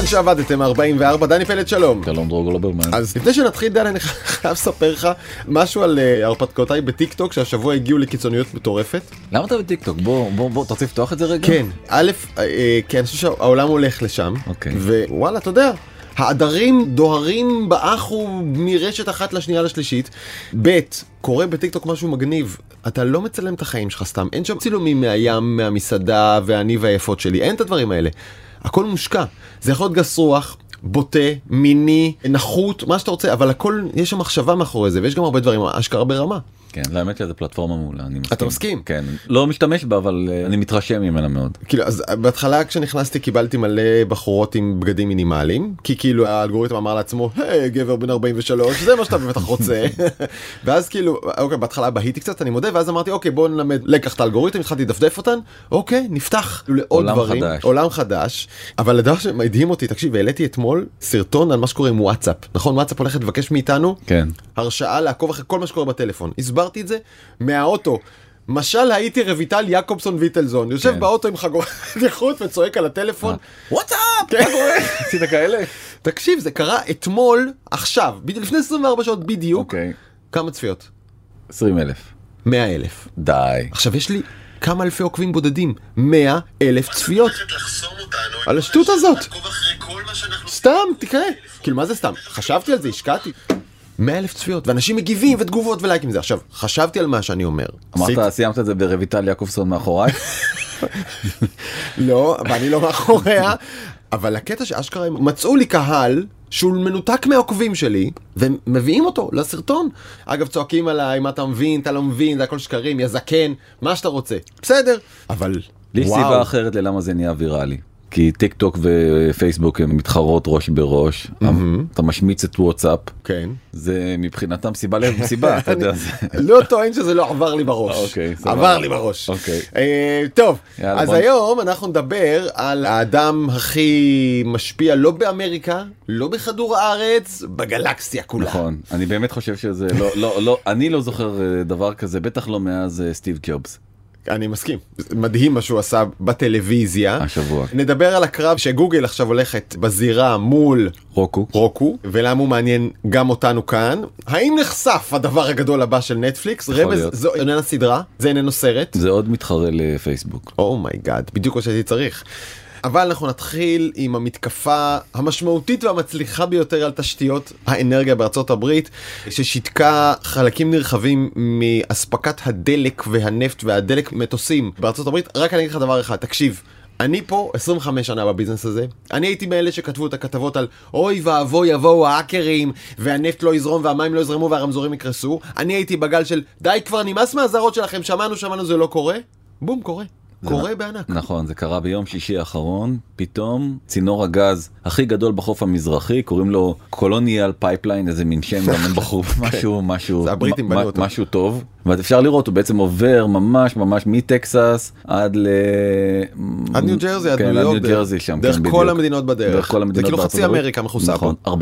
שעבדתם 44, דני פלד, שלום. שלום דרור גלוברמן. אז לפני שנתחיל, דני, אני חייב לספר לך משהו על הרפתקאותיי בטיקטוק, שהשבוע הגיעו לקיצוניות מטורפת. למה אתה בטיקטוק? בוא, תרצה לפתוח את זה רגע? כן, א', כי אני חושב שהעולם הולך לשם, אוקיי. ווואלה, אתה יודע, העדרים דוהרים באחו מרשת אחת לשנייה לשלישית. ב', קורה בטיקטוק משהו מגניב, אתה לא מצלם את החיים שלך סתם, אין שם צילומים מהים, מהמסעדה ואני והיפות שלי, אין את הדברים האלה. הכל מושקע, זה יכול להיות גס רוח, בוטה, מיני, נחות, מה שאתה רוצה, אבל הכל, יש שם מחשבה מאחורי זה, ויש גם הרבה דברים אשכרה ברמה. כן, האמת שזה פלטפורמה מעולה, אני מסכים. אתה מסכים? כן, לא משתמש בה, אבל אני מתרשם ממנה מאוד. כאילו, אז בהתחלה כשנכנסתי קיבלתי מלא בחורות עם בגדים מינימליים, כי כאילו האלגוריתם אמר לעצמו, היי, גבר בן 43, זה מה שאתה בטח רוצה. ואז כאילו, אוקיי, בהתחלה בהיתי קצת, אני מודה, ואז אמרתי, אוקיי, בוא נלמד לקח את האלגוריתם, התחלתי לדפדף אותן, אוקיי, נפתח לעוד דברים, עולם חדש. אבל הדבר שמדהים אותי, תקשיב, העליתי אתמול סרטון על מה שקורה עם וואטסאפ. נכון, וואטסאפ הולכת לבקש מאיתנו הרשאה לעקוב אחרי כל מה שקורה בטלפון. הסברתי את זה מהאוטו. משל הייתי רויטל יעקובסון ויטלזון, יושב באוטו עם חגורת בטיחות וצועק על הטלפון, וואטסאפ! מה קורה? עשית כאלה? תקשיב, זה קרה אתמול, עכשיו, לפני 24 שעות בדיוק. כמה צפיות? 20,000. 100,000. די. עכשיו יש לי כמה אלפי עוקבים בודדים, 100,000 צפיות. על השטות הזאת. סתם, תקרא. כאילו מה זה סתם? חשבתי על זה, השקעתי. 100,000 צפיות, ואנשים מגיבים ותגובות ולייקים זה. עכשיו, חשבתי על מה שאני אומר. אמרת, סיימת את זה ברויטל יעקובסון מאחוריי? לא, ואני לא מאחוריה, אבל הקטע שאשכרה הם מצאו לי קהל שהוא מנותק מהעוקבים שלי, ומביאים אותו לסרטון. אגב, צועקים עליי, מה אתה מבין, אתה לא מבין, זה הכל שקרים, יא זקן, מה שאתה רוצה. בסדר, אבל לי סיבה אחרת ללמה זה נהיה ויראלי. כי טיק טוק ופייסבוק הם מתחרות ראש בראש, אתה משמיץ את וואטסאפ, זה מבחינתם סיבה למסיבה, אתה יודע. לא טוען שזה לא עבר לי בראש, עבר לי בראש. טוב, אז היום אנחנו נדבר על האדם הכי משפיע, לא באמריקה, לא בכדור הארץ, בגלקסיה כולה. נכון, אני באמת חושב שזה, אני לא זוכר דבר כזה, בטח לא מאז סטיב ג'ובס. אני מסכים. מדהים מה שהוא עשה בטלוויזיה. השבוע. נדבר על הקרב שגוגל עכשיו הולכת בזירה מול רוקו, ולמה הוא מעניין גם אותנו כאן. האם נחשף הדבר הגדול הבא של נטפליקס? רמז, זו איננה סדרה, זה איננו סרט. זה עוד מתחרה לפייסבוק. אומייגאד, בדיוק כמו שהייתי צריך. אבל אנחנו נתחיל עם המתקפה המשמעותית והמצליחה ביותר על תשתיות האנרגיה בארצות הברית, ששיתקה חלקים נרחבים מאספקת הדלק והנפט והדלק מטוסים בארצות הברית. רק אני אגיד לך דבר אחד, תקשיב, אני פה 25 שנה בביזנס הזה, אני הייתי מאלה שכתבו את הכתבות על אוי ואבוי יבואו האקרים והנפט לא יזרום והמים לא יזרמו והרמזורים יקרסו. אני הייתי בגל של די כבר נמאס מהזרות שלכם, שמענו זה לא קורה, בום, קורה בענק. נכון, זה קרה ביום שישי האחרון, פתאום צינור הגז הכי גדול בחוף המזרחי, קוראים לו קולוניאל פייפליין, איזה מין שם גם בחוף, משהו טוב. ואפשר לראות, הוא בעצם עובר ממש מטקסס עד ניו ג'רזי, עד ניו ג'רזי שם. דרך כל המדינות בדרך. זה כאילו חצי אמריקה מחוסה פה. 45%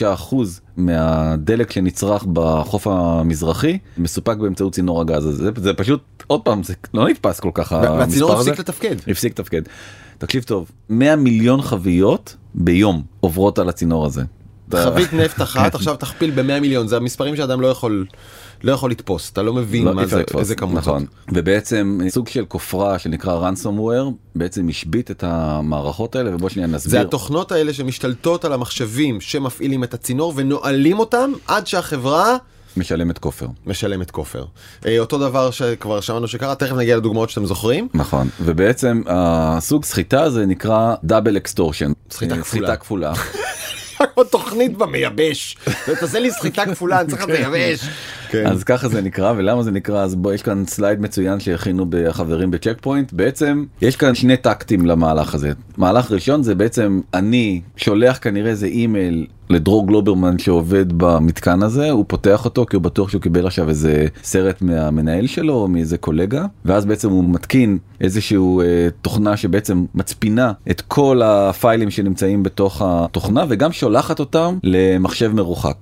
מהדלק שנצרך בחוף המזרחי מסופק באמצעות צינור הגז הזה. זה פשוט, עוד פעם, זה לא נתפס כל כך המספר הזה. והצינור הפסיק לתפקד. הפסיק לתפקד. תקשיב טוב, 100 מיליון חביות ביום עוברות על הצינור הזה. חבית נפט אחת, עכשיו תכפיל ב100 מיליון, זה המספרים שאדם לא יכול לתפוס, אתה לא מבין מה זה, איזה כמות. נכון, ובעצם סוג של כופרה שנקרא ransomware, בעצם משבית את המערכות האלה, ובוא שניה נסביר. זה התוכנות האלה שמשתלטות על המחשבים שמפעילים את הצינור ונועלים אותם עד שהחברה משלמת כופר. אותו דבר שכבר שמענו שקרה, תכף נגיע לדוגמאות שאתם זוכרים. נכון, ובעצם הסוג סחיטה הזה נקרא דאבל אקסטורשן. סחיטה כפולה. עוד תוכנית במייבש. תעשה לי סחיטה כפולה, אני צריך למייבש. אז ככה זה נקרא, ולמה זה נקרא? אז בוא, יש כאן סלייד מצוין שהכינו בחברים בצ'ק פוינט. בעצם יש כאן שני טקטים למהלך הזה. מהלך ראשון זה בעצם אני שולח כנראה איזה אימייל לדרור גלוברמן שעובד במתקן הזה, הוא פותח אותו כי הוא בטוח שהוא קיבל עכשיו איזה סרט מהמנהל שלו או מאיזה קולגה, ואז בעצם הוא מתקין איזשהו תוכנה שבעצם מצפינה את כל הפיילים שנמצאים בתוך התוכנה וגם שולחת אותם למחשב מרוחק.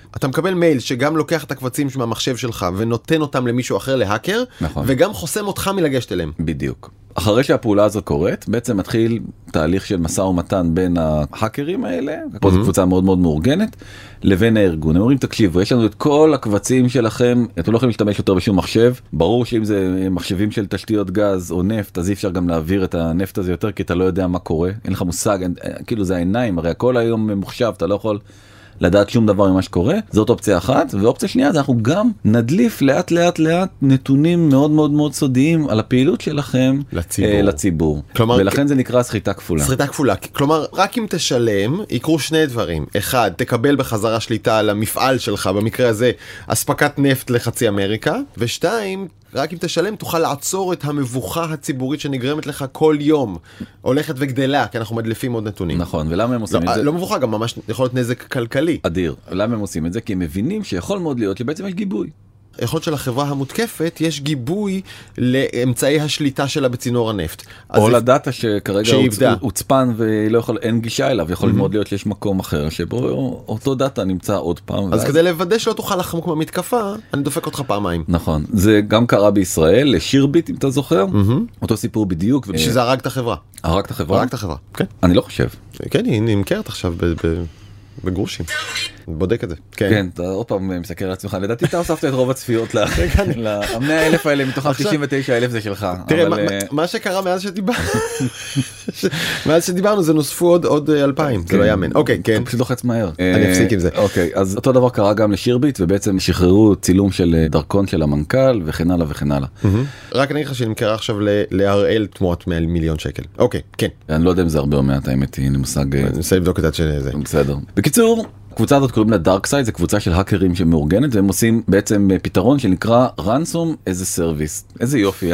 אתה מקבל מייל שגם לוקח את הקבצים מהמחשב שלך ונותן אותם למישהו אחר להאקר, נכון. וגם חוסם אותך מלגשת אליהם. בדיוק. אחרי שהפעולה הזאת קורית, בעצם מתחיל תהליך של משא ומתן בין ההאקרים האלה, פה זו קבוצה מאוד מאוד מאורגנת, לבין הארגון. הם אומרים, תקשיבו, יש לנו את כל הקבצים שלכם, אתם לא יכולים להשתמש יותר בשום מחשב, ברור שאם זה מחשבים של תשתיות גז או נפט, אז אי אפשר גם להעביר את הנפט הזה יותר, כי אתה לא יודע מה קורה, אין לך מושג, כאילו זה העיניים, הרי הכל היום ממוחשב, אתה לא יכול לדעת שום דבר ממה שקורה. זאת אופציה אחת, ואופציה שנייה, זה אנחנו גם נדליף לאט לאט לאט נתונים מאוד מאוד מאוד סודיים על הפעילות שלכם לציבור. כלומר, ולכן זה נקרא סחיטה כפולה. סחיטה כפולה, כלומר רק אם תשלם יקרו שני דברים. אחד, תקבל בחזרה שליטה על המפעל שלך, במקרה הזה אספקת נפט לחצי אמריקה, ושתיים, רק אם תשלם תוכל לעצור את המבוכה הציבורית שנגרמת לך כל יום, הולכת וגדלה, כי אנחנו מדליפים עוד נתונים. נכון, ולמה הם עושים את זה? לא מבוכה, גם ממש יכול להיות נזק כלכלי. אדיר. למה הם עושים את זה? כי הם מבינים שיכול מאוד להיות שבעצם יש גיבוי. יכול להיות שלחברה המותקפת יש גיבוי לאמצעי השליטה שלה בצינור הנפט. או לדאטה שכרגע הוצפן ואין גישה אליו, יכול מאוד להיות שיש מקום אחר שבו אותו דאטה נמצא עוד פעם. אז כדי לוודא שלא תוכל לחמוק מהמתקפה, אני דופק אותך פעמיים. נכון, זה גם קרה בישראל, לשירביט אם אתה זוכר, אותו סיפור בדיוק. שזה הרג את החברה. הרג את החברה? הרג את החברה, כן. אני לא חושב. כן, היא נמכרת עכשיו בגרושים. בודק את זה. כן, אתה עוד פעם מסקר לעצמך, לדעתי אתה הוספת את רוב הצפיות ל-100,000 האלה, מתוכם 99,000 זה שלך. תראה, מה שקרה מאז שדיברנו זה נוספו עוד 2,000, זה לא יאמן. אוקיי, כן. פשוט לוחץ מהר. אני אפסיק עם זה. אוקיי, אז אותו דבר קרה גם לשירביט, ובעצם שחררו צילום של דרכון של המנכ"ל, וכן הלאה וכן הלאה. רק אני חושב שנמכרה עכשיו להראל תמורת 100 מיליון שקל. אוקיי, כן. אני לא יודע אם זה הרבה או מעט, האמת היא, אני מושג... אני מנסה לבדוק את זה. בסדר. בקיצור, הקבוצה הזאת קוראים לה דארקסייד, זה קבוצה של האקרים שמאורגנת, והם עושים בעצם פתרון שנקרא Ransom as a Service. איזה יופי,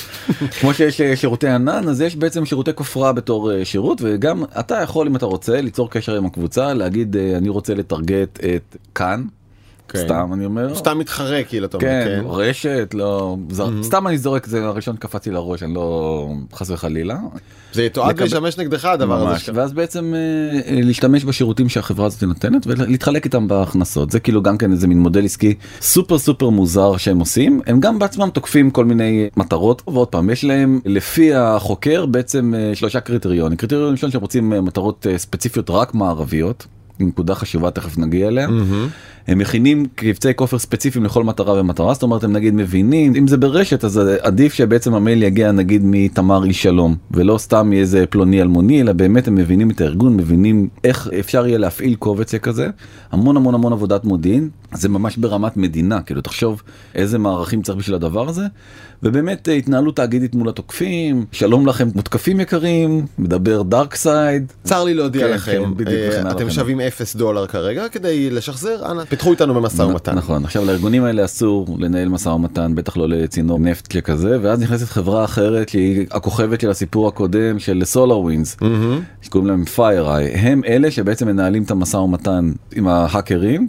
כמו שיש שירותי ענן, אז יש בעצם שירותי כופרה בתור שירות, וגם אתה יכול, אם אתה רוצה, ליצור קשר עם הקבוצה, להגיד, אני רוצה לטרגט את כאן, סתם אני אומר. סתם מתחרה כאילו, אתה אומר, כן. רשת, לא, סתם אני זורק, זה הראשון קפצתי לראש, אני לא חס וחלילה. זה יתועד וישמש נגדך הדבר הזה. ואז בעצם להשתמש בשירותים שהחברה הזאת נותנת ולהתחלק איתם בהכנסות. זה כאילו גם כן איזה מין מודל עסקי סופר סופר מוזר שהם עושים. הם גם בעצמם תוקפים כל מיני מטרות, ועוד פעם יש להם לפי החוקר בעצם 3 קריטריונים. קריטריון ראשון שהם רוצים מטרות ספציפיות רק מערביות. נקודה חשובה, תכף נגיע אליה. הם מכינים קבצי כופר ספציפיים לכל מטרה ומטרה, זאת אומרת הם נגיד מבינים, אם זה ברשת אז עדיף שבעצם המייל יגיע נגיד מתמר איש שלום, ולא סתם יהיה איזה פלוני אלמוני, אלא באמת הם מבינים את הארגון, מבינים איך אפשר יהיה להפעיל קובץ כזה, המון המון המון עבודת מודיעין, זה ממש ברמת מדינה, כאילו תחשוב איזה מערכים צריך בשביל הדבר הזה, ובאמת התנהלות תאגידית מול התוקפים, שלום לכם מותקפים יקרים, מדבר דארקסייד. צר לי להודיע לכם, אתם שווים $0 כרגע, כדי לשחזר, אנא, פיתחו איתנו במשא ומתן. נכון, עכשיו לארגונים האלה אסור לנהל משא ומתן, בטח לא לצינור נפט כזה, ואז נכנסת חברה אחרת, שהיא הכוכבת של הסיפור הקודם, של SolarWinds, שקוראים להם FireEye, הם אלה שבעצם מנהלים את המשא ומתן עם ההאקרים,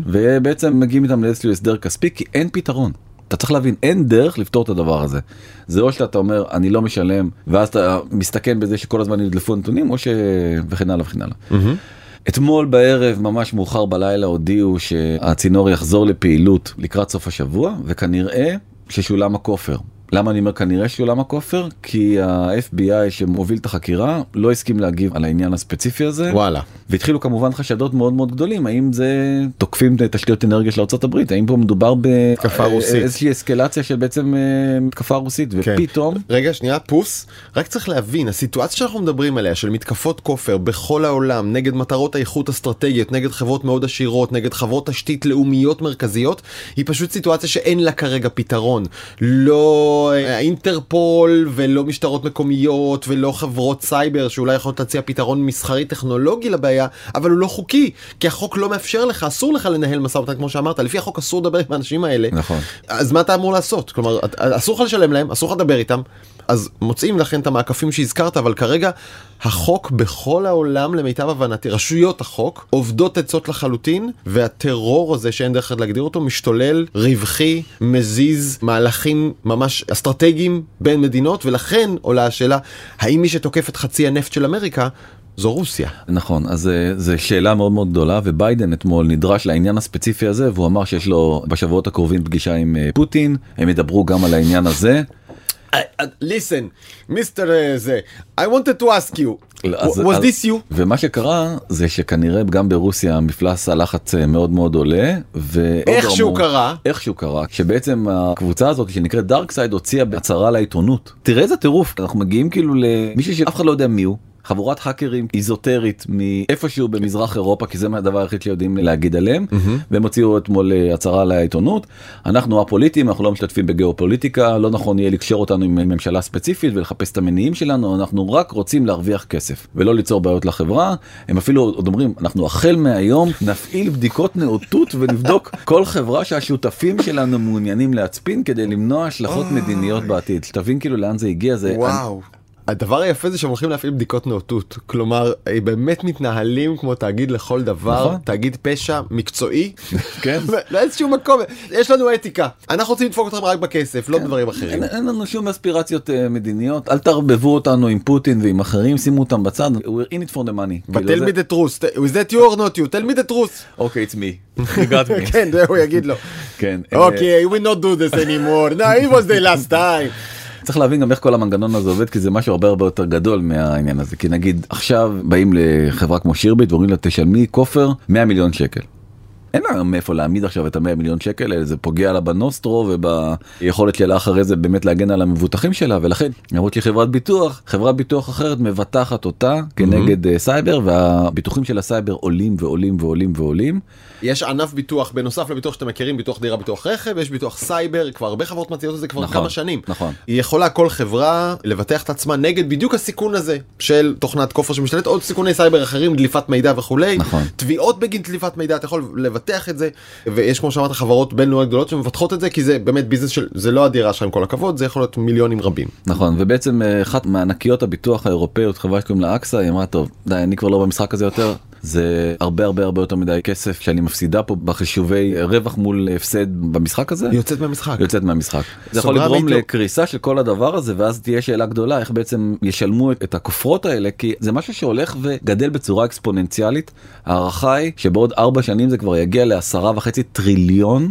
ובעצם מגיעים איתם לאיזשהו הסדר כספי, כי אין פתרון. אתה צריך להבין, אין דרך לפתור את הדבר הזה. זה או שאתה אומר, אני לא משלם, ואז אתה מסתכן בזה שכל הזמן ידלפו נתונים, או וכן הלאה וכן הלאה. אתמול בערב, ממש מאוחר בלילה, הודיעו שהצינור יחזור לפעילות לקראת סוף השבוע, וכנראה ששולם הכופר. למה אני אומר כנראה שולם הכופר? כי ה-FBI שמוביל את החקירה לא הסכים להגיב על העניין הספציפי הזה. וואלה. והתחילו כמובן חשדות מאוד מאוד גדולים, האם זה תוקפים תשתיות אנרגיה של ארצות הברית, האם פה מדובר באיזושהי אסקלציה של בעצם מתקפה רוסית, ופתאום... רגע, שנייה, פוס. רק צריך להבין, הסיטואציה שאנחנו מדברים עליה, של מתקפות כופר בכל העולם, נגד מטרות האיכות אסטרטגיות, נגד חברות מאוד עשירות, נגד חברות תשתית לאומיות מרכזיות, היא פשוט סיטואציה שאין לה כרגע פתרון. לא האינטרפול ולא משטרות מקומיות ולא חברות סייבר שאולי יכולות להציע פתרון מסחרי טכנולוגי לבעיה, אבל הוא לא חוקי, כי החוק לא מאפשר לך, אסור לך לנהל משא ומתן כמו שאמרת, לפי החוק אסור לדבר עם האנשים האלה. נכון. אז מה אתה אמור לעשות? כלומר, אסור לך לשלם להם, אסור לך לדבר איתם, אז מוצאים לכן את המעקפים שהזכרת, אבל כרגע החוק בכל העולם למיטב הבנתי, רשויות החוק עובדות עצות לחלוטין, והטרור הזה שאין דרך להגדיר אותו משתולל, רווחי, מזיז, מהלכים ממש אסטרטגיים בין מדינות, ולכן עולה השאלה, האם מי שתוקף את חצי הנפט של אמריקה זו רוסיה. נכון, אז זו שאלה מאוד מאוד גדולה, וביידן אתמול נדרש לעניין הספציפי הזה, והוא אמר שיש לו בשבועות הקרובים פגישה עם פוטין, הם ידברו גם על העניין הזה. Listen, Mr. זה, I wanted to ask you, was this you? ומה שקרה זה שכנראה גם ברוסיה מפלס הלחץ מאוד מאוד עולה, איכשהו קרה, שבעצם הקבוצה הזאת שנקראת דארקסייד הוציאה בהצהרה לעיתונות. תראה איזה טירוף, אנחנו מגיעים כאילו למישהו שאף אחד לא יודע מי הוא. חבורת האקרים איזוטרית מאיפשהו במזרח אירופה, כי זה מהדבר היחיד שיודעים להגיד עליהם, והם הוציאו אתמול הצהרה לעיתונות. אנחנו הפוליטיים, אנחנו לא משתתפים בגיאופוליטיקה, לא נכון יהיה לקשור אותנו עם ממשלה ספציפית ולחפש את המניעים שלנו, אנחנו רק רוצים להרוויח כסף, ולא ליצור בעיות לחברה. הם אפילו עוד אומרים, אנחנו החל מהיום נפעיל בדיקות נאותות ונבדוק כל חברה שהשותפים שלנו מעוניינים להצפין, כדי למנוע השלכות מדיניות בעתיד. שתבין כאילו לאן זה הגיע, זה... וואו. הדבר היפה זה שהם הולכים להפעיל בדיקות נאותות, כלומר, הם באמת מתנהלים כמו תאגיד לכל דבר, נכון? תאגיד פשע מקצועי, כן? לאיזשהו מקום, יש לנו אתיקה, אנחנו רוצים לדפוק אותם רק בכסף, לא בדברים אחרים. אין לנו שום אספירציות מדיניות, אל תערבבו אותנו עם פוטין ועם אחרים, שימו אותם בצד, we're in it for the money. But tell me the truth, is that you or not you, tell me the truth. Okay, it's me, you got me. כן, הוא יגיד לו. כן. Okay, we not do this anymore, no, it was the last time. צריך להבין גם איך כל המנגנון הזה עובד, כי זה משהו הרבה הרבה יותר גדול מהעניין הזה. כי נגיד, עכשיו באים לחברה כמו שירביט ואומרים לה, תשלמי כופר 100 מיליון שקל. אין לה מאיפה להעמיד עכשיו את ה100 מיליון שקל, זה פוגע לה בנוסטרו וביכולת שלה אחרי זה באמת להגן על המבוטחים שלה, ולכן, למרות שהיא חברת ביטוח אחרת מבטחת אותה כנגד סייבר, והביטוחים של הסייבר עולים ועולים ועולים ועולים. יש ענף ביטוח, בנוסף לביטוח שאתם מכירים, ביטוח דירה, ביטוח רכב, יש ביטוח סייבר, כבר הרבה חברות מציעות את זה כבר כמה שנים. נכון. היא יכולה כל חברה לבטח את עצמה נגד בדיוק הסיכון הזה של תוכנת כופר שמשתלט, עוד סיכוני סייבר אחרים, דליפת מידע וכולי. נכון. תביעות בגין דליפת מידע, אתה יכול לבטח את זה, ויש כמו שאמרת חברות בינלאומיות גדולות שמבטחות את זה, כי זה באמת ביזנס של, זה לא הדירה שלהם כל הכבוד, זה יכול להיות מיליונים רבים. נכון, ובעצם אחת מענקיות הביטוח האירופאיות, חברה שקוראים לה אקסה, היא אמרה, טוב, די, אני כבר לא במשחק הזה יותר. זה הרבה הרבה הרבה יותר מדי כסף שאני מפסידה פה בחישובי רווח מול הפסד במשחק הזה. יוצאת מהמשחק. זה יכול לגרום לקריסה של כל הדבר הזה, ואז תהיה שאלה גדולה, איך בעצם ישלמו את הכופרות האלה, כי זה משהו שהולך וגדל בצורה אקספוננציאלית. הערכה היא שבעוד 4 שנים זה כבר יגיע ל$10.5 טריליון.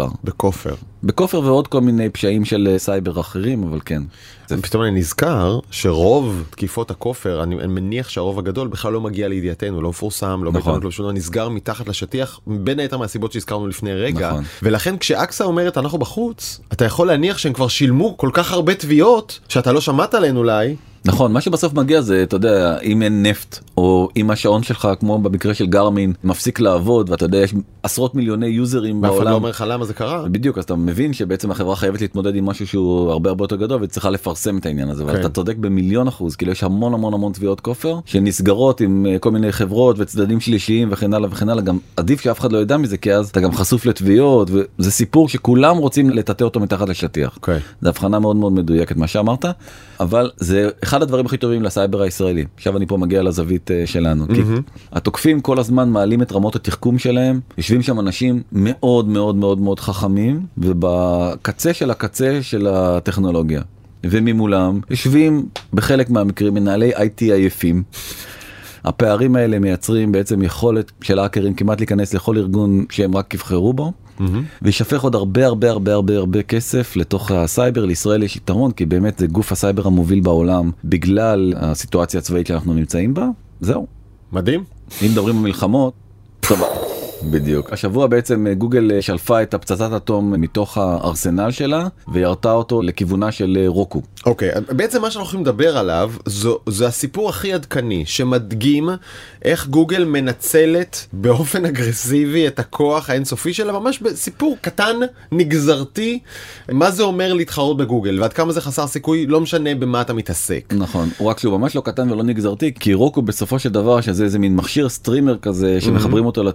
בכופר ועוד כל מיני פשעים של סייבר אחרים, אבל כן. פתאום אני נזכר שרוב תקיפות הכופר, אני מניח שהרוב הגדול בכלל לא מגיע לידיעתנו, לא מפורסם, לא בעיתונות, לא שונה, נסגר מתחת לשטיח, בין היתר מהסיבות שהזכרנו לפני רגע. ולכן כשאקסה אומרת אנחנו בחוץ, אתה יכול להניח שהם כבר שילמו כל כך הרבה תביעות, שאתה לא שמעת עליהן אולי. נכון, מה שבסוף מגיע זה, אתה יודע, אם אין נפט, או אם השעון שלך, כמו במקרה של גרמין, מפסיק לעבוד, ואתה יודע, יש עשרות מיליוני יוזרים בעולם. ואף אחד לא אומר לך למה זה קרה. בדיוק, אז אתה מבין שבעצם החברה חייבת להתמודד עם משהו שהוא הרבה הרבה יותר גדול, וצריכה לפרסם את העניין הזה, ואתה צודק ב1,000,000%, כאילו יש המון המון המון תביעות כופר, שנסגרות עם כל מיני חברות וצדדים שלישיים וכן הלאה וכן הלאה, גם עדיף שאף אחד לא ידע מזה, כי אז אתה גם חשוף לתביעות, וזה סיפור שכולם רוצים לטאטא אותו מתחת לשטיח. זה הבחנה מאוד מאוד מדויקת מה שאמרת, אבל זה אחד הדברים הכי טובים לסייבר הישראלי. עכשיו אני פה מגיע לזווית שלנו, כי התוקפים כל הזמן מעלים את רמות התחכום שלהם, יושבים שם אנשים מאוד מאוד מאוד מאוד חכמים, ובקצה של הקצה של הטכנולוגיה. וממולם יושבים בחלק מהמקרים מנהלי IT עייפים. הפערים האלה מייצרים בעצם יכולת של האקרים כמעט להיכנס לכל ארגון שהם רק יבחרו בו, וישפך עוד הרבה הרבה הרבה הרבה הרבה כסף לתוך הסייבר. לישראל יש יתרון, כי באמת זה גוף הסייבר המוביל בעולם, בגלל הסיטואציה הצבאית שאנחנו נמצאים בה. זהו. מדהים. אם מדברים במלחמות, טוב. בדיוק. השבוע בעצם גוגל שלפה את הפצצת אטום מתוך הארסנל שלה, וירתה אותו לכיוונה של רוקו. אוקיי, בעצם מה שאנחנו יכולים לדבר עליו, זה הסיפור הכי עדכני, שמדגים איך גוגל מנצלת באופן אגרסיבי את הכוח האינסופי שלה, ממש בסיפור קטן, נגזרתי, מה זה אומר להתחרות בגוגל, ועד כמה זה חסר סיכוי, לא משנה במה אתה מתעסק. נכון, הוא רק שהוא ממש לא קטן ולא נגזרתי, כי רוקו בסופו של דבר, שזה איזה מין מכשיר סטרימר כזה, שמחברים אותו לטלוויזיה,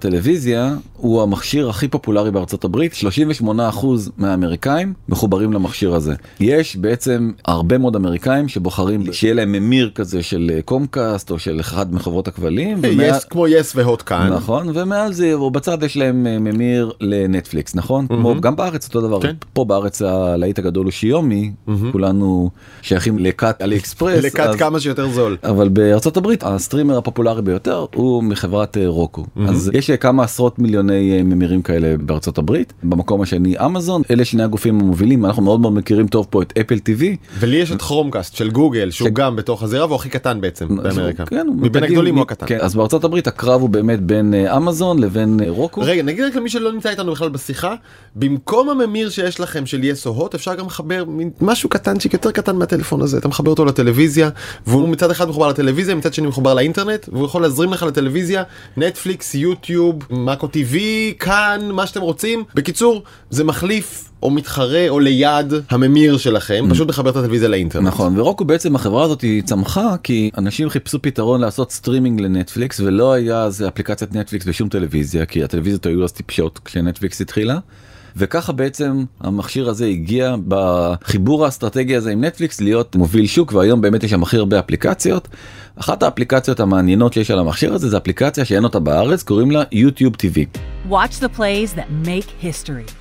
טלוויזיה הוא המכשיר הכי פופולרי בארצות הברית, 38% מהאמריקאים מחוברים למכשיר הזה. יש בעצם הרבה מאוד אמריקאים שבוחרים שיהיה להם ממיר כזה של קומקאסט או של אחד מחברות הכבלים. כמו יס והוט כאן. נכון, ומעל זה, או בצד יש להם ממיר לנטפליקס, נכון? כמו גם בארץ אותו דבר. פה בארץ הלהיט הגדול הוא שיומי, כולנו שייכים לקאט אלי אקספרס. לקאט כמה שיותר זול. אבל בארצות הברית הסטרימר הפופולרי ביותר הוא מחברת רוקו. אז יש כמה עשרות מיליוני ממירים כאלה בארצות הברית. במקום השני אמזון, אלה שני הגופים המובילים, אנחנו מאוד מאוד מכירים טוב פה את אפל טיווי. ולי יש את כרומקאסט של גוגל, שהוא גם בתוך הזירה, והוא הכי קטן בעצם באמריקה. מבין הגדולים הוא הקטן. אז בארצות הברית הקרב הוא באמת בין אמזון לבין רוקו. רגע, נגיד רק למי שלא נמצא איתנו בכלל בשיחה, במקום הממיר שיש לכם של יס או הוט, אפשר גם לחבר משהו קטנצ'יק, יותר קטן מהטלפון הזה. אתה מחבר אותו לטלוויזיה, והוא מצד אחד מחובר לטלוויזיה, מצד שני מחובר לאינטרנט, והוא יכול להזרים לך לטלוויזיה, נטפליקס, יוטיוב, מאקו טיווי, כאן, מה שאתם רוצים. בקיצור, זה מחליף או מתחרה או ליד הממיר שלכם, פשוט לחבר את הטלוויזיה לאינטרנט. נכון, ורוקו בעצם החברה הזאת היא צמחה כי אנשים חיפשו פתרון לעשות סטרימינג לנטפליקס, ולא היה אז אפליקציית נטפליקס בשום טלוויזיה, כי הטלוויזיות היו אז טיפשות כשנטפליקס התחילה. וככה בעצם המכשיר הזה הגיע בחיבור האסטרטגי הזה עם נטפליקס להיות מוביל שוק, והיום באמת יש שם הכי הרבה אפליקציות. אחת האפליקציות המעניינות שיש על המכשיר הזה, זה אפליקציה שאין אותה בארץ, קוראים לה יוטיוב טיווי. Watch the plays that make history.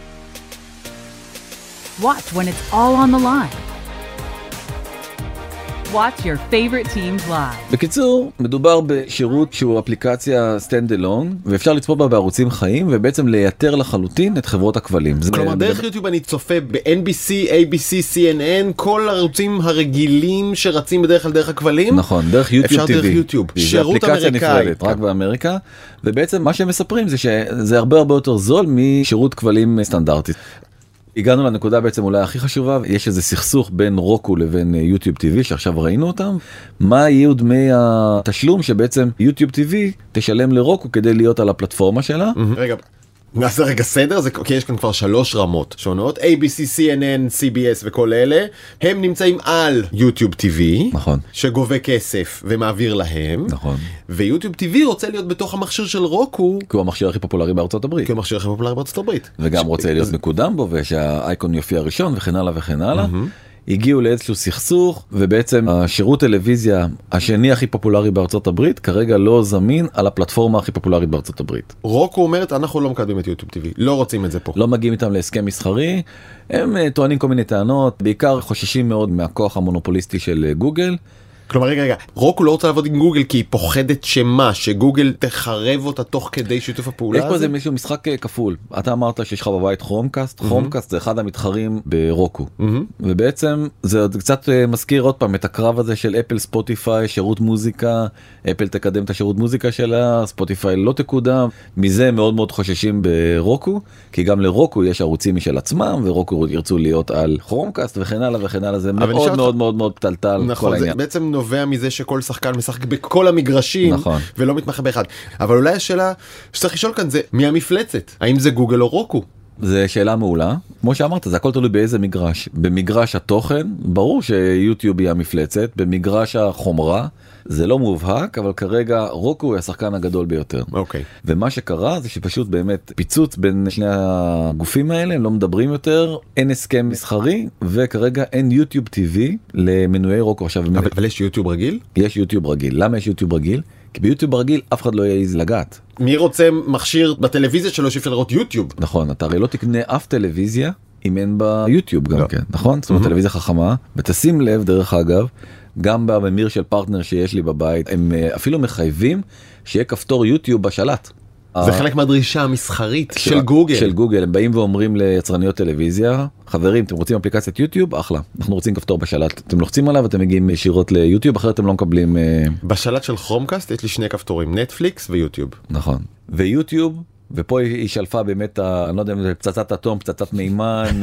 Watch when it's all on the line. Watch your favorite teams live. בקיצור, מדובר בשירות שהוא אפליקציה סטנד-אלון, ואפשר לצפות בה בערוצים חיים, ובעצם לייתר לחלוטין את חברות הכבלים. כלומר, דרך יוטיוב אני צופה ב-NBC, ABC, CNN, כל הערוצים הרגילים שרצים בדרך כלל דרך הכבלים. נכון, דרך יוטיוב אפשר דרך יוטיוב. שירות אמריקאי. רק באמריקה, ובעצם מה שהם מספרים זה שזה הרבה הרבה יותר זול משירות כבלים סטנדרטי. הגענו לנקודה בעצם אולי הכי חשובה, יש איזה סכסוך בין רוקו לבין יוטיוב טיווי שעכשיו ראינו אותם. מה יהיו דמי התשלום שבעצם יוטיוב טיווי תשלם לרוקו כדי להיות על הפלטפורמה שלה? רגע, נעשה רגע סדר, כי יש כאן כבר 3 רמות שונות, ABC, CNN, CBS וכל אלה, הם נמצאים על יוטיוב טיווי, נכון. שגובה כסף ומעביר להם, נכון. ויוטיוב טיווי רוצה להיות בתוך המכשיר של רוקו, כי הוא המכשיר הכי פופולרי בארצות הברית. כי הוא המכשיר הכי פופולרי בארצות הברית. וגם רוצה להיות מקודם בו, ושהאייקון יופיע ראשון וכן הלאה וכן הלאה. הגיעו לאיזשהו סכסוך, ובעצם השירות טלוויזיה השני הכי פופולרי בארצות הברית, כרגע לא זמין על הפלטפורמה הכי פופולרית בארצות הברית. רוקו אומרת, אנחנו לא מקדמים את יוטיוב טיווי, לא רוצים את זה פה. לא מגיעים איתם להסכם מסחרי, הם טוענים כל מיני טענות, בעיקר חוששים מאוד מהכוח המונופוליסטי של גוגל. כלומר, רגע, רוקו לא רוצה לעבוד עם גוגל כי היא פוחדת שגוגל תחרב אותה תוך כדי שיתוף הפעולה הזה? יש פה איזה מישהו משחק כפול. אתה אמרת שיש לך בבית כרומקאסט, כרומקאסט זה אחד המתחרים ברוקו. ובעצם זה קצת מזכיר עוד פעם את הקרב הזה של אפל ספוטיפיי, שירות מוזיקה, אפל תקדם את השירות מוזיקה שלה, ספוטיפיי לא תקודם. מזה מאוד מאוד חוששים ברוקו, כי גם לרוקו יש ערוצים משל עצמם, ורוקו ירצו להיות על כרומקאסט וכן הלאה וכן הלאה. זה מאוד מאוד מאוד מאוד פתלתל כל העניין. בעצם נובע מזה שכל שחקן משחק בכל המגרשים, נכון. ולא מתמחה באחד. אבל אולי השאלה שצריך לשאול כאן זה, מי המפלצת? האם זה גוגל או רוקו? זה שאלה מעולה. כמו שאמרת, זה הכל תלוי באיזה מגרש. במגרש התוכן, ברור שיוטיוב היא המפלצת. במגרש החומרה, זה לא מובהק, אבל כרגע רוקו הוא השחקן הגדול ביותר. אוקיי. ומה שקרה זה שפשוט באמת פיצוץ בין שני הגופים האלה, הם לא מדברים יותר, אין הסכם מסחרי, וכרגע אין יוטיוב טיווי למנויי רוקו. עכשיו, אבל יש יוטיוב רגיל? יש יוטיוב רגיל. למה יש יוטיוב רגיל? כי ביוטיוב רגיל אף אחד לא יעז לגעת. מי רוצה מכשיר בטלוויזיה שלו שאפשר לראות יוטיוב? נכון, אתה הרי לא תקנה אף טלוויזיה אם אין בה יוטיוב גם כן, נכון? זאת אומרת, טלוויזיה חכמה, ותשים לב דרך אגב, גם בממיר של פרטנר שיש לי בבית, הם אפילו מחייבים שיהיה כפתור יוטיוב בשלט. זה חלק מהדרישה המסחרית של גוגל. של גוגל, הם באים ואומרים ליצרניות טלוויזיה, חברים, אתם רוצים אפליקציית יוטיוב? אחלה. אנחנו רוצים כפתור בשלט. אתם לוחצים עליו, אתם מגיעים ישירות ליוטיוב, אחרת אתם לא מקבלים... בשלט של כרומקאסט יש לי 2 כפתורים, נטפליקס ויוטיוב. נכון. ויוטיוב, ופה היא שלפה באמת, אני לא יודע אם זה פצצת אטום, פצצת מימן,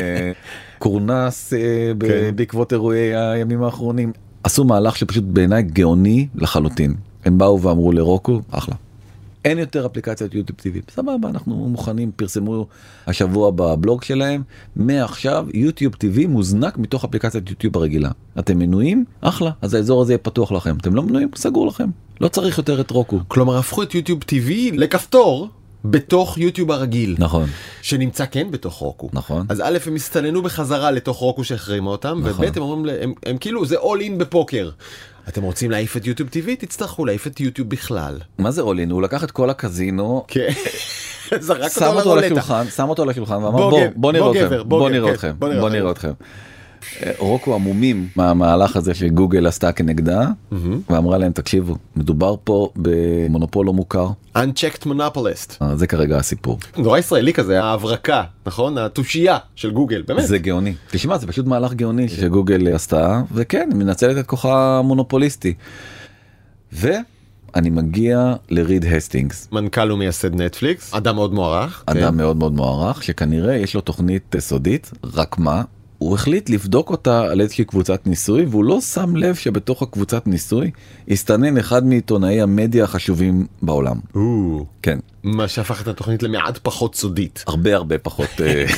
קורנס בעקבות אירועי הימים האחרונים. עשו מהלך שפשוט בעיניי גאוני לחלוטין. הם באו ואמרו לרוקו, אחלה. אין יותר אפליקציית יוטיוב TV. סבבה, אנחנו מוכנים, פרסמו השבוע בבלוג שלהם, מעכשיו יוטיוב TV מוזנק מתוך אפליקציית יוטיוב הרגילה. אתם מנויים? אחלה, אז האזור הזה יהיה פתוח לכם. אתם לא מנויים? סגור לכם. לא צריך יותר את רוקו. כלומר, הפכו את יוטיוב TV לכפתור בתוך יוטיוב הרגיל. נכון. שנמצא כן בתוך רוקו. נכון. אז א', הם הסתננו בחזרה לתוך רוקו שהחרימה אותם, נכון. וב', הם אומרים להם, הם כאילו, זה all in בפוקר. אתם רוצים להעיף את יוטיוב TV? תצטרכו להעיף את יוטיוב בכלל. מה זה אולין? הוא לקח את כל הקזינו, כן. זרק שם אותו לרולטה. שם אותו על השולחן ואמר בוא נראה אתכם. בוא נראה אתכם. רוקו עמומים מהמהלך הזה שגוגל עשתה כנגדה, ואמרה להם, תקשיבו, מדובר פה במונופול לא מוכר. Unchecked monopolist. זה כרגע הסיפור. נורא ישראלי כזה, ההברקה, נכון? התושייה של גוגל, באמת. זה גאוני. תשמע, זה פשוט מהלך גאוני שגוגל עשתה, וכן, מנצלת את כוחה המונופוליסטי. ואני מגיע לריד הסטינגס. מנכ"ל ומייסד נטפליקס, אדם מאוד מוערך. אדם מאוד מאוד מוערך, שכנראה יש לו תוכנית סודית, רק מה? הוא החליט לבדוק אותה על איזושהי קבוצת ניסוי, והוא לא שם לב שבתוך הקבוצת ניסוי הסתנן אחד מעיתונאי המדיה החשובים בעולם. כן. מה שהפך את התוכנית למעט פחות סודית. הרבה פחות...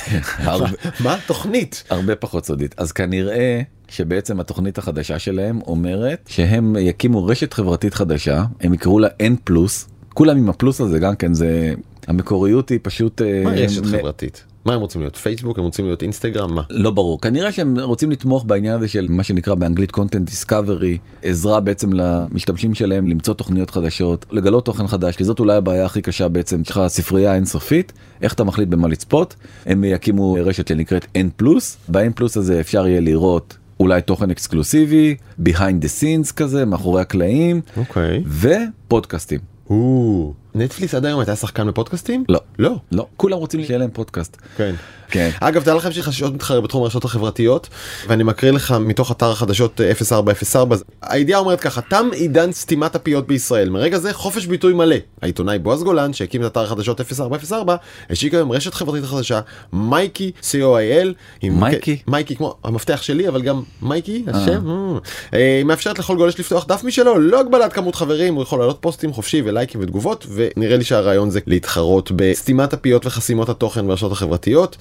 מה? תוכנית? הרבה פחות סודית. אז כנראה שבעצם התוכנית החדשה שלהם אומרת שהם יקימו רשת חברתית חדשה, הם יקראו לה N+, כולם עם הפלוס הזה גם כן, זה... המקוריות היא פשוט... מה רשת חברתית? מה הם רוצים להיות? פייסבוק? הם רוצים להיות אינסטגרם? מה? לא ברור. כנראה שהם רוצים לתמוך בעניין הזה של מה שנקרא באנגלית content discovery, עזרה בעצם למשתמשים שלהם למצוא תוכניות חדשות, לגלות תוכן חדש, כי זאת אולי הבעיה הכי קשה בעצם, יש לך ספרייה אינסופית, איך אתה מחליט במה לצפות, הם יקימו רשת שנקראת N+, ב-N+ הזה אפשר יהיה לראות אולי תוכן אקסקלוסיבי, behind the scenes כזה, מאחורי הקלעים, ופודקאסטים. נטפליקס עד היום הייתה שחקן בפודקאסטים? לא. לא? לא. כולם רוצים שיהיה להם פודקאסט. כן. כן. אגב, תדע לכם שחדשות מתחרה בתחום הרשתות החברתיות, ואני מקריא לך מתוך אתר החדשות 0404. הידיעה אומרת ככה, תם עידן סתימת הפיות בישראל. מרגע זה חופש ביטוי מלא. העיתונאי בועז גולן, שהקים את אתר החדשות 0404, השיק היום רשת חברתית חדשה, מייקי, COIL. מייקי? מייקי, כמו המפתח שלי, אבל גם מייקי, השם. היא מאפשרת לכל גולש לפתוח דף משלו, לא הגבלת כמות חברים, הוא יכול לעלות פוסטים חופשי ולייקים ותגובות, ונראה לי שהרעיון זה להתחרות בסתימת הפיות וחסימות התוכן ברשתות החברתיות.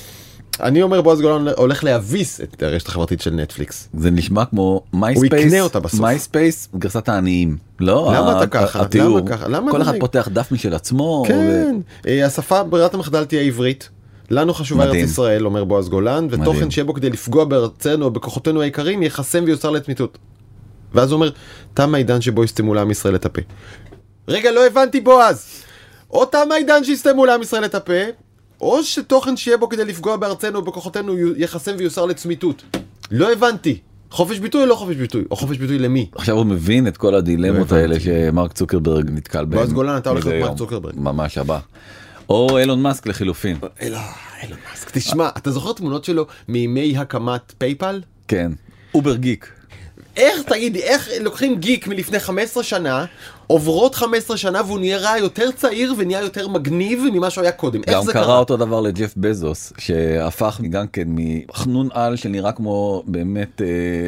אני אומר בועז גולן הולך להביס את הרשת החברתית של נטפליקס. זה נשמע כמו הוא יקנה אותה בסוף. מייספייס גרסת העניים. לא, למה אתה ככה? התיאור. למה ככה? כל אחד פותח דף משל עצמו. כן. השפה ברירת המחדל תהיה עברית. לנו חשובה ארץ ישראל, אומר בועז גולן, ותוכן שיהיה בו כדי לפגוע בארצנו או בכוחותינו היקרים יחסם ויוצר לצמיתות. ואז הוא אומר, תם העידן שבו יסתמו לעם ישראל את הפה. רגע, לא הבנתי בועז. או תם העידן שיסתמו לעם ישראל את הפה, או שתוכן שיהיה בו כדי לפגוע בארצנו או בכוחותינו יחסם ויוסר לצמיתות. לא הבנתי. חופש ביטוי או לא חופש ביטוי? או חופש ביטוי למי? עכשיו הוא מבין את כל הדילמות האלה שמרק צוקרברג נתקל בהם. בועז גולן, אתה הולך להיות מרק צוקרברג. ממש הבא. או אילון מאסק לחילופין. אילון מאסק. תשמע, אתה זוכר תמונות שלו מימי הקמת פייפל? כן. אובר גיק. איך, תגידי, איך לוקחים גיק מלפני 15 שנה, עוברות 15 שנה והוא נהיה רע יותר צעיר ונהיה יותר מגניב ממה שהוא היה קודם? איך זה קרה? גם קרה אותו דבר לג'ף בזוס, שהפך גם כן מחנון על שנראה כמו באמת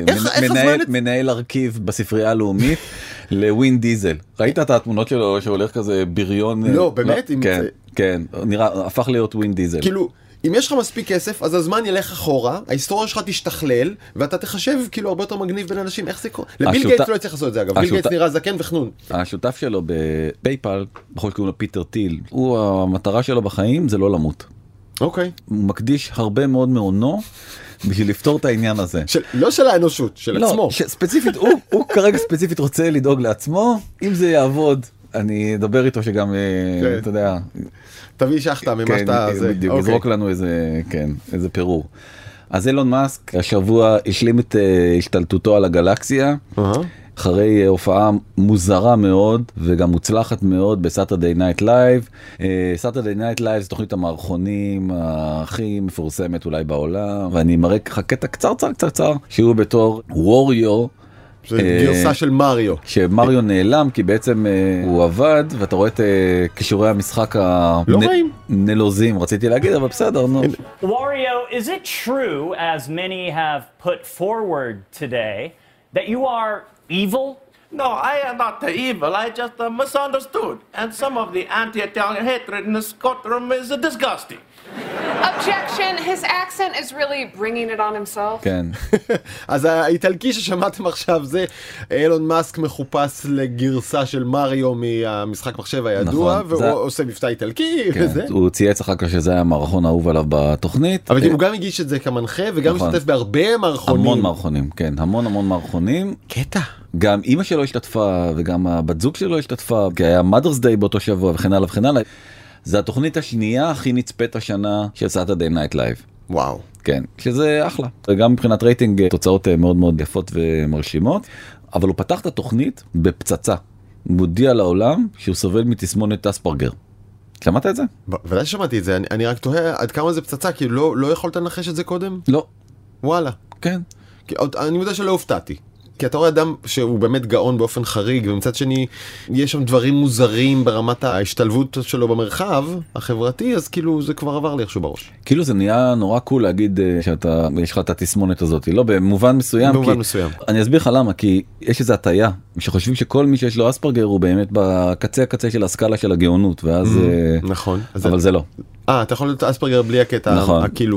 מנהל הרכיב בספרייה הלאומית לווין דיזל. ראית את התמונות שלו שהולך כזה בריון? לא, באמת? כן, נראה, הפך להיות ווין דיזל. כאילו... אם יש לך מספיק כסף, אז הזמן ילך אחורה, ההיסטוריה שלך תשתכלל, ואתה תחשב כאילו הרבה יותר מגניב בין אנשים. איך זה קורה? לביל גייטס לא יצליח לעשות את זה, אגב. ביל גייטס נראה זקן וחנון. השותף שלו בפייפל, בכל שקוראים לו פיטר טיל, המטרה שלו בחיים זה לא למות. אוקיי. הוא מקדיש הרבה מאוד מעונו בשביל לפתור את העניין הזה. לא של האנושות, של עצמו. ספציפית, הוא כרגע ספציפית רוצה לדאוג לעצמו, אם זה יעבוד, אני אדבר איתו שגם, אתה יודע... תביא שחטה ממה שאתה... בדיוק, יזרוק לנו איזה פירור. אז אילון מאסק השבוע השלים את השתלטותו על הגלקסיה, אחרי הופעה מוזרה מאוד וגם מוצלחת מאוד בסאטרדיי נייט לייב. סאטרדיי נייט לייב זה תוכנית המערכונים הכי מפורסמת אולי בעולם, ואני מראה ככה קטע קצר שהוא בתור ווריור, זה גרסה של מריו. שמריו נעלם כי בעצם הוא עבד, ואתה רואה את קישורי המשחק הנלוזים, רציתי להגיד, אבל בסדר, נו. Wario, is it true, as many have put forward today, that you are evil? No, I am not evil. I just misunderstood. And some of the anti-Italian hatred in this courtroom is disgusting. Objection, his accent is really bringing it on himself. כן. אז האיטלקי ששמעתם עכשיו זה אילון מאסק מחופש לגרסה של מריו מהמשחק מחשב הידוע, נכון, והוא זה... עושה מבטא איטלקי כן, וזה. הוא צייץ אחר כך שזה היה המערכון האהוב עליו בתוכנית. אבל הוא גם הגיש את זה כמנחה וגם נכון. משתתף בהרבה מערכונים. המון מערכונים, כן, המון מערכונים. קטע. גם אמא שלו השתתפה וגם הבת זוג שלו השתתפה, כי היה Mother's Day באותו שבוע וכן הלאה וכן הלאה. זה התוכנית השנייה הכי נצפית השנה של Saturday Night Live. וואו. כן, שזה אחלה. וגם מבחינת רייטינג תוצאות מאוד מאוד יפות ומרשימות, אבל הוא פתח את התוכנית בפצצה. הוא מודיע לעולם שהוא סובל מתסמונת אספרגר. שמעת את זה? ודאי שמעתי את זה, אני רק תוהה עד כמה זה פצצה, כי לא יכולת לנחש את זה קודם? לא. וואלה. כן. אני יודע שלא הופתעתי. כי אתה רואה אדם שהוא באמת גאון באופן חריג, ומצד שני יש שם דברים מוזרים ברמת ההשתלבות שלו במרחב החברתי, אז כאילו זה כבר עבר לי איכשהו בראש. כאילו זה נהיה נורא קול להגיד שיש לך את התסמונת הזאת, לא במובן מסוים. במובן מסוים. אני אסביר לך למה, כי יש איזו הטעיה, שחושבים שכל מי שיש לו אספרגר הוא באמת בקצה של הסקאלה של הגאונות, ואז... נכון. אבל זה לא. אתה יכול להיות אספרגר בלי הקטע הכאילו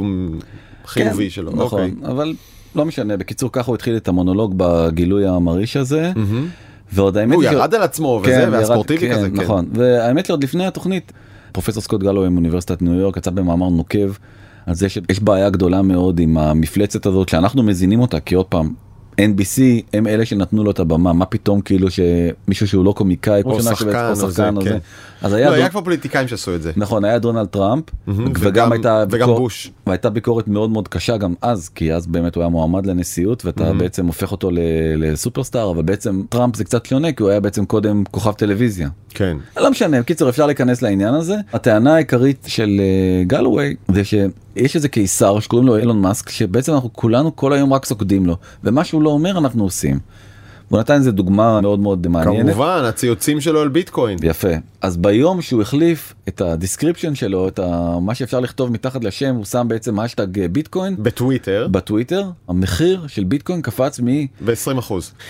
חיובי שלו. נכון, אבל... לא משנה, בקיצור ככה הוא התחיל את המונולוג בגילוי המריש הזה, ועוד האמת... הוא ירד על עצמו וזה, והספורטיבי כזה, כן. נכון, והאמת שעוד לפני התוכנית, פרופסור סקוט גלווי מאוניברסיטת ניו יורק, יצא במאמר נוקב, על זה שיש בעיה גדולה מאוד עם המפלצת הזאת, שאנחנו מזינים אותה, כי עוד פעם, NBC הם אלה שנתנו לו את הבמה, מה פתאום כאילו שמישהו שהוא לא קומיקאי, או שחקן או זה, כן. אז היה כבר פוליטיקאים שעשו את זה. נכון, היה דונלד טראמפ, וגם בוש. והייתה ביקורת מאוד מאוד קשה גם אז, כי אז באמת הוא היה מועמד לנשיאות, ואתה בעצם הופך אותו לסופרסטאר, אבל בעצם טראמפ זה קצת שונה, כי הוא היה בעצם קודם כוכב טלוויזיה. כן. לא משנה, בקיצור אפשר להיכנס לעניין הזה. הטענה העיקרית של גלווי, זה שיש איזה קיסר שקוראים לו אילון מאסק, שבעצם אנחנו כולנו כל היום רק סוקדים לו, ומה שהוא לא אומר אנחנו עושים. הוא נתן איזה דוגמה מאוד מאוד מעניינת. כמובן, הציוצים שלו על ביטקוין. יפה. אז ביום שהוא החליף את הדיסקריפשן שלו, את מה שאפשר לכתוב מתחת לשם, הוא שם בעצם השטג ביטקוין. בטוויטר, המחיר של ביטקוין קפץ ב-20%.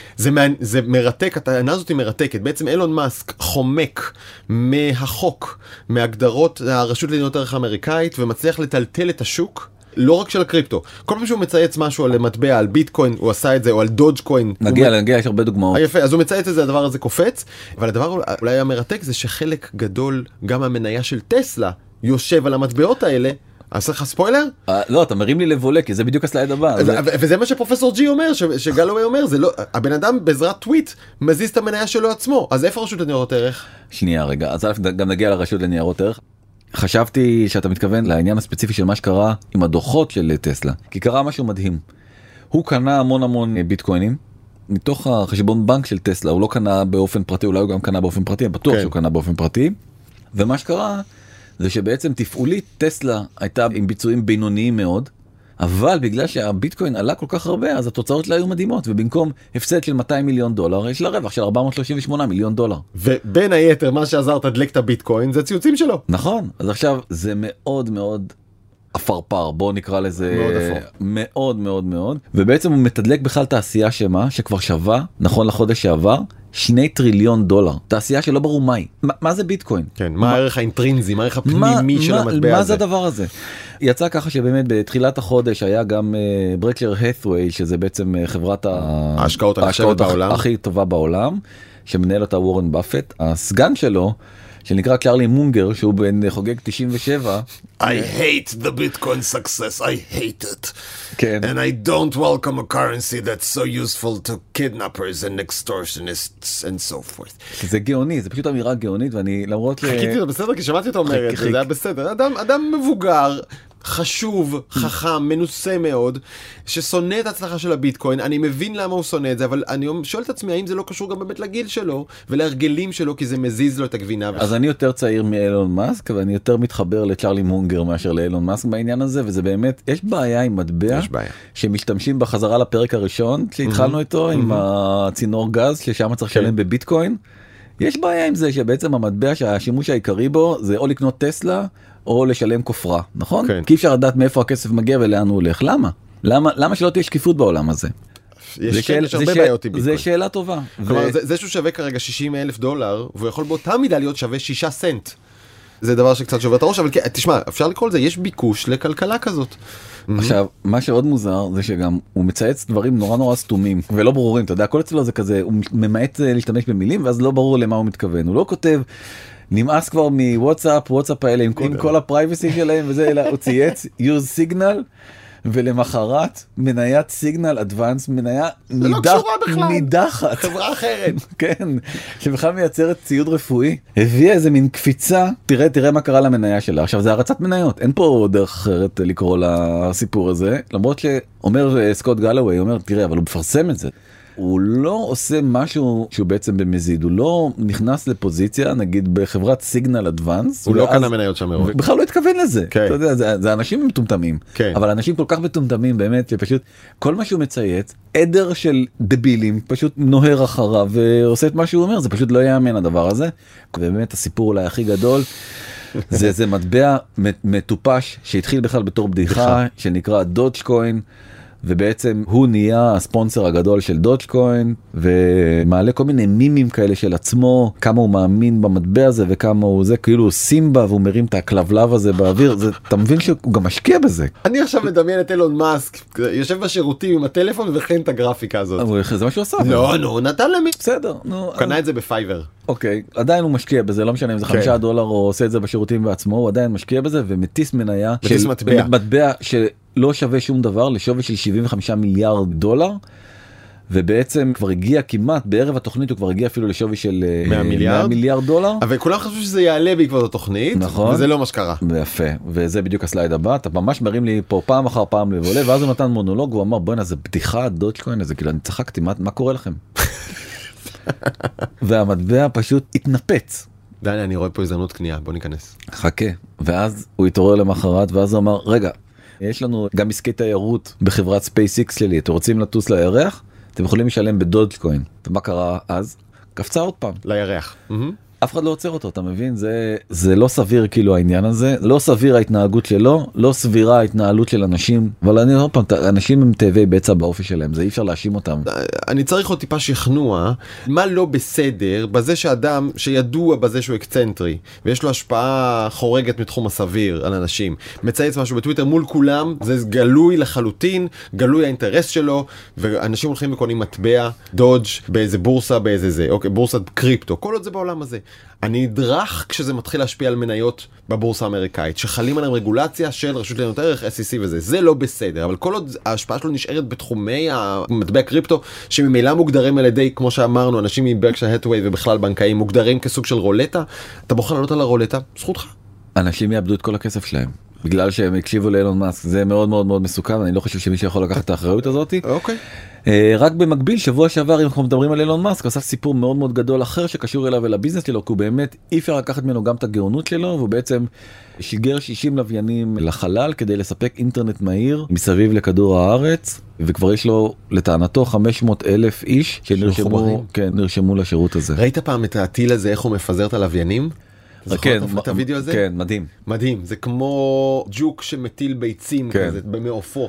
זה מרתק, הטענה הזאת היא מרתקת. בעצם אילון מאסק חומק מהחוק, מהגדרות הרשות למדינות ערך האמריקאית, ומצליח לטלטל את השוק. לא רק של הקריפטו. כל פעם שהוא מצייץ משהו על מטבע, על ביטקוין, הוא עשה את זה, או על דודג'קוין. נגיע, יש הרבה דוגמאות. יפה, אז הוא מצייץ את זה, הדבר הזה קופץ, אבל הדבר אולי המרתק זה שחלק גדול, גם המניה של טסלה, יושב על המטבעות האלה. עשה לך ספוילר? לא, אתה מרים לי לבולה, כי זה בדיוק הסלייד הבא. וזה מה שפרופסור ג'י אומר, שגלווי אומר, הבן אדם בעזרת טוויט מזיז את המניה שלו עצמו. אז איפה רשות לניירות ערך? שנייה רגע, אז גם נגיע לרשות לניירות ערך. חשבתי שאתה מתכוון לעניין הספציפי של מה שקרה עם הדוחות של טסלה, כי קרה משהו מדהים. הוא קנה המון ביטקוינים, מתוך החשבון בנק של טסלה, הוא לא קנה באופן פרטי, אולי הוא גם קנה באופן פרטי, אני בטוח שהוא קנה באופן פרטי, ומה שקרה זה שבעצם תפעולית טסלה הייתה עם ביצועים בינוניים מאוד, אבל בגלל שהביטקוין עלה כל כך הרבה, אז התוצאות לה היו מדהימות, ובמקום הפסד של $200 מיליון, יש לה רווח של $438 מיליון. ובין היתר, מה שעזר תדלק את הביטקוין, זה ציוצים שלו. נכון, אז עכשיו זה מאוד מאוד אפרפר, בוא נקרא לזה מאוד מאוד מאוד, ובעצם הוא מתדלק בכלל תעשייה שכבר שווה, נכון לחודש שעבר, $2 טריליון. תעשייה שלא ברור מהי. מה זה ביטקוין? כן, מה הערך האינטרינזי, מה הערך הפנימי של המטבע הזה? מה זה הדבר הזה? יצא ככה שבאמת בתחילת החודש היה גם ברקשיר האת'ווי, שזה בעצם חברת ההשקעות הכי טובה בעולם, שמנהל אותה וורן באפט. הסגן שלו, שנקרא צ'רלי מונגר, שהוא בן חוגג 97. I hate the Bitcoin success, I hate it. כן. And I don't welcome a currency that's so useful to kidnappers and extortionists and so forth. זה גאוני, זה פשוט אמירה גאונית, ואני למרות... חיכיתי לו בסדר, כי שמעתי אותו אומר את זה, זה היה בסדר. אדם מבוגר, חשוב, חכם, מנוסה מאוד, ששונא את ההצלחה של הביטקוין. אני מבין למה הוא שונא את זה, אבל אני שואל את עצמי, האם זה לא קשור גם באמת לגיל שלו, ולהרגלים שלו, כי זה מזיז לו את הגבינה. אז אני יותר צעיר מאילון מאסק, ואני יותר מתחבר לצ'רלי מונגר מאשר לאילון מאסק בעניין הזה, וזה באמת, יש בעיה עם מטבע, שמשתמשים בחזרה לפרק הראשון, שהתחלנו איתו, עם הצינור גז, ששם צריך לשלם בביטקוין. יש בעיה עם זה, שבעצם המטבע שהשימוש העיקרי בו, זה או לקנות טסלה, או לשלם כופרה, נכון? כן. כי אפשר לדעת מאיפה הכסף מגיע ולאן הוא הולך. למה? למה שלא תהיה שקיפות בעולם הזה? יש הרבה בעיות עם ביטקוין. זה שאלה טובה. כלומר, זה שהוא שווה כרגע $60,000, והוא יכול באותה מידה להיות שווה 6 סנט. זה דבר שקצת שובר את הראש, אבל תשמע, אפשר לקרוא לזה, יש ביקוש לכלכלה כזאת. עכשיו, מה שעוד מוזר זה שגם הוא מצייץ דברים נורא נורא סתומים ולא ברורים, אתה יודע, הכל אצלו זה כזה, הוא ממעט להשתמש במילים ואז לא ברור למה הוא מתכוון, הוא לא כותב, נמאס כבר וואטסאפ האלה עם כל הפרייבסי שלהם וזה, אלא הוא צייץ, use signal, ולמחרת מניית סיגנל אדוונס, מניה נידחת, חברה אחרת, כן, שבכלל מייצרת ציוד רפואי, הביאה איזה מין קפיצה, תראה מה קרה למניה שלה. עכשיו זה הרצת מניות, אין פה דרך אחרת לקרוא לסיפור הזה, למרות שאומר סקוט גלווי, אומר תראה, אבל הוא מפרסם את זה. הוא לא עושה משהו שהוא בעצם במזיד, הוא לא נכנס לפוזיציה, נגיד בחברת סיגנל אדוונס. הוא לא קנה מניות שם מראש. בכלל לא התכוון לזה. אתה יודע, זה אנשים מטומטמים. אבל אנשים כל כך מטומטמים באמת, שפשוט כל מה שהוא מצייץ, עדר של דבילים, פשוט נוהר אחריו ועושה את מה שהוא אומר, זה פשוט לא יאמן הדבר הזה. ובאמת הסיפור אולי הכי גדול, זה מטבע מטופש שהתחיל בכלל בתור בדיחה, שנקרא דודג'קוין. ובעצם הוא נהיה הספונסר הגדול של דודג'קוין, ומעלה כל מיני מימים כאלה של עצמו, כמה הוא מאמין במטבע הזה, וכמה הוא זה, כאילו הוא סימבה, והוא מרים את הכלבלב הזה באוויר, אתה מבין שהוא גם משקיע בזה. אני עכשיו מדמיין את אילון מאסק, יושב בשירותים עם הטלפון וכן את הגרפיקה הזאת. זה מה שהוא עושה. לא, הוא נתן למי. בסדר. הוא קנה את זה בפייבר. אוקיי, עדיין הוא משקיע בזה, לא משנה אם זה $5 או עושה את זה בשירותים בעצמו, הוא עדיין משקיע בזה, ומטיס מניה של מטבע שלא שווה שום דבר, לשווי של $75 מיליארד, ובעצם כבר הגיע כמעט, בערב התוכנית הוא כבר הגיע אפילו לשווי של $100 מיליארד. אבל כולם חשבו שזה יעלה בעקבות התוכנית, נכון. וזה לא מה שקרה. יפה, וזה בדיוק הסלייד הבא, אתה ממש מרים לי פה פעם אחר פעם לבולה, ואז הוא נתן מונולוג, הוא אמר בוא'נה זה בדיחה דודג'קוין, זה כאילו אני צחקתי, מה קורה לכם? והמטבע פשוט התנפץ. דני, אני רואה פה הזדמנות קנייה, בוא ניכנס. חכה, ואז הוא התעורר למחרת, ואז הוא אמר, רגע, יש לנו גם עסקי תיירות בחברת SpaceX שלי, אתם רוצים לטוס לירח? אתם יכולים לשלם בדודג'קוין. ומה קרה אז? קפצה עוד פעם. לירח. אף אחד לא עוצר אותו, אתה מבין? זה לא סביר כאילו העניין הזה, לא סביר ההתנהגות שלו, לא סבירה ההתנהלות של אנשים, אבל אני עוד פעם, אנשים הם תאבי בצע באופי שלהם, זה אי אפשר להאשים אותם. אני צריך עוד טיפה שכנוע, מה לא בסדר בזה שאדם שידוע בזה שהוא אקצנטרי, ויש לו השפעה חורגת מתחום הסביר על אנשים, מצייץ משהו בטוויטר מול כולם, זה גלוי לחלוטין, גלוי האינטרס שלו, ואנשים הולכים וקונים מטבע, דודג' באיזה בורסה, באיזה זה, אוקיי, בורסת קריפטו, כל עוד זה בעולם הזה. אני נדרך כשזה מתחיל להשפיע על מניות בבורסה האמריקאית, שחלים עליהם רגולציה של רשות לניירות ערך, SEC וזה. זה לא בסדר, אבל כל עוד ההשפעה שלו נשארת בתחומי המטבע קריפטו, שממילא מוגדרים על ידי, כמו שאמרנו, אנשים מברקשייר האת'ווי ובכלל בנקאים, מוגדרים כסוג של רולטה, אתה בוחר לעלות על הרולטה, זכותך. אנשים יאבדו את כל הכסף שלהם. בגלל שהם הקשיבו לאילון מאסק, זה מאוד מאוד מאוד מסוכן, אני לא חושב שמישהו יכול לקחת את האחריות הזאת. אוקיי. רק במקביל, שבוע שעבר, אם אנחנו מדברים על אילון מאסק, עשה סיפור מאוד מאוד גדול אחר שקשור אליו ולביזנס שלו, כי הוא באמת אי אפשר לקחת ממנו גם את הגאונות שלו, והוא בעצם שיגר 60 לוויינים לחלל כדי לספק אינטרנט מהיר מסביב לכדור הארץ, וכבר יש לו לטענתו 500,000 איש שנרשמו לשירות הזה. ראית פעם את הטיל הזה, איך הוא מפזר את הלוויינים? כן, את הוידאו הזה? כן, מדהים. מדהים, זה כמו ג'וק שמטיל ביצים כזה, במעופו.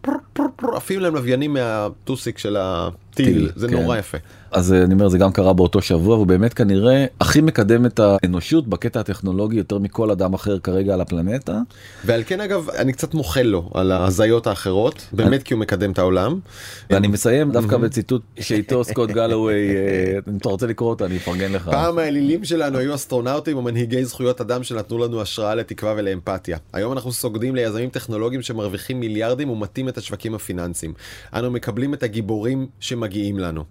אפילו להם לוויינים מהטוסיק של הטיל, זה נורא יפה. אז אני אומר, זה גם קרה באותו שבוע, והוא באמת כנראה הכי מקדם את האנושות בקטע הטכנולוגי יותר מכל אדם אחר כרגע על הפלנטה. ועל כן אגב, אני קצת מוחל לו על ההזיות האחרות, באמת כי הוא מקדם את העולם. ואני מסיים דווקא בציטוט שאיתו סקוט גלווי, אם אתה רוצה לקרוא אותה, אני אפרגן לך. פעם האלילים שלנו היו אסטרונאוטים ומנהיגי זכויות אדם שנתנו לנו השראה לתקווה ולאמפתיה. היום אנחנו סוגדים ליזמים טכנולוגיים שמרוויחים מיליארדים ומטים את השווקים הפיננסיים. אנו מקבלים את הגיבורים שמגיעים לנו.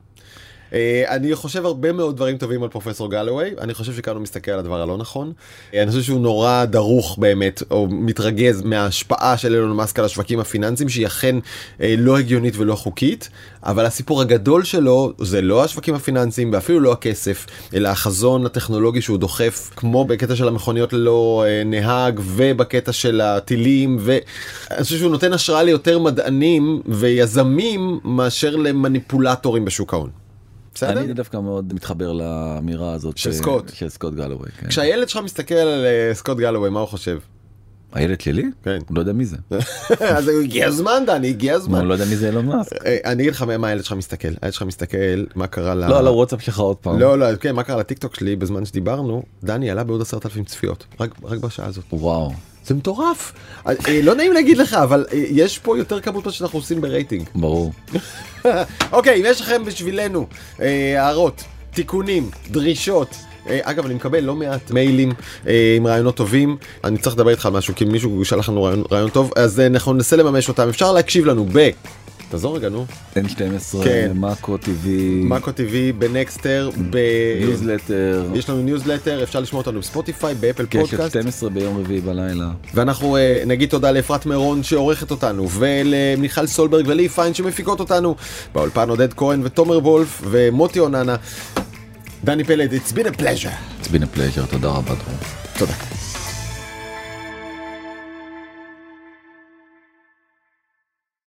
אני חושב הרבה מאוד דברים טובים על פרופסור גלווי, אני חושב שכאן הוא מסתכל על הדבר הלא נכון, אני חושב שהוא נורא דרוך באמת, או מתרגז מההשפעה של אילון מאסק על השווקים הפיננסיים, שהיא אכן לא הגיונית ולא חוקית, אבל הסיפור הגדול שלו זה לא השווקים הפיננסיים, ואפילו לא הכסף, אלא החזון הטכנולוגי שהוא דוחף, כמו בקטע של המכוניות ללא נהג, ובקטע של הטילים, ואני חושב שהוא נותן השראה ליותר מדענים ויזמים, מאשר למניפולטורים בשוק ההון. אני דווקא מאוד מתחבר לאמירה הזאת של סקוט גלווי. כשהילד שלך מסתכל על סקוט גלווי, מה הוא חושב? הילד שלי? כן. הוא לא יודע מי זה. אז הגיע הזמן, דני, הגיע הזמן. הוא לא יודע מי זה אילון מאסק. אני אגיד לך מה הילד שלך מסתכל. הילד שלך מסתכל מה קרה לא, על הוואטסאפ שלך עוד פעם. לא, כן, מה קרה לטיקטוק שלי בזמן שדיברנו, דני עלה בעוד 10,000 צפיות, רק בשעה הזאת. וואו. זה מטורף. לא נעים להגיד לך, אבל יש פה יותר כמות מה שאנחנו עושים ברייטינג. ברור. אוקיי, אם יש לכם בשבילנו הערות, תיקונים, דרישות, אגב, אני מקבל לא מעט מיילים עם רעיונות טובים. אני צריך לדבר איתך על משהו, כי מישהו שלח לנו רעיון טוב, אז אנחנו ננסה לממש אותם. אפשר להקשיב לנו תעזור רגע, נו. N12, כן. מאקו TV. מאקו TV, בנקסטר, ניוזלטר. יש לנו ניוזלטר, אפשר לשמוע אותנו בספוטיפיי, באפל פודקאסט. קשת 12 ביום רביעי בלילה. ואנחנו נגיד תודה לאפרת מירון שעורכת אותנו, ולמיכל סולברג ולי פיין שמפיקות אותנו. באולפן עודד כהן ותומר וולף ומוטי אוננה. דני פלד, it's been a pleasure. It's been a pleasure, תודה רבה דרור. תודה.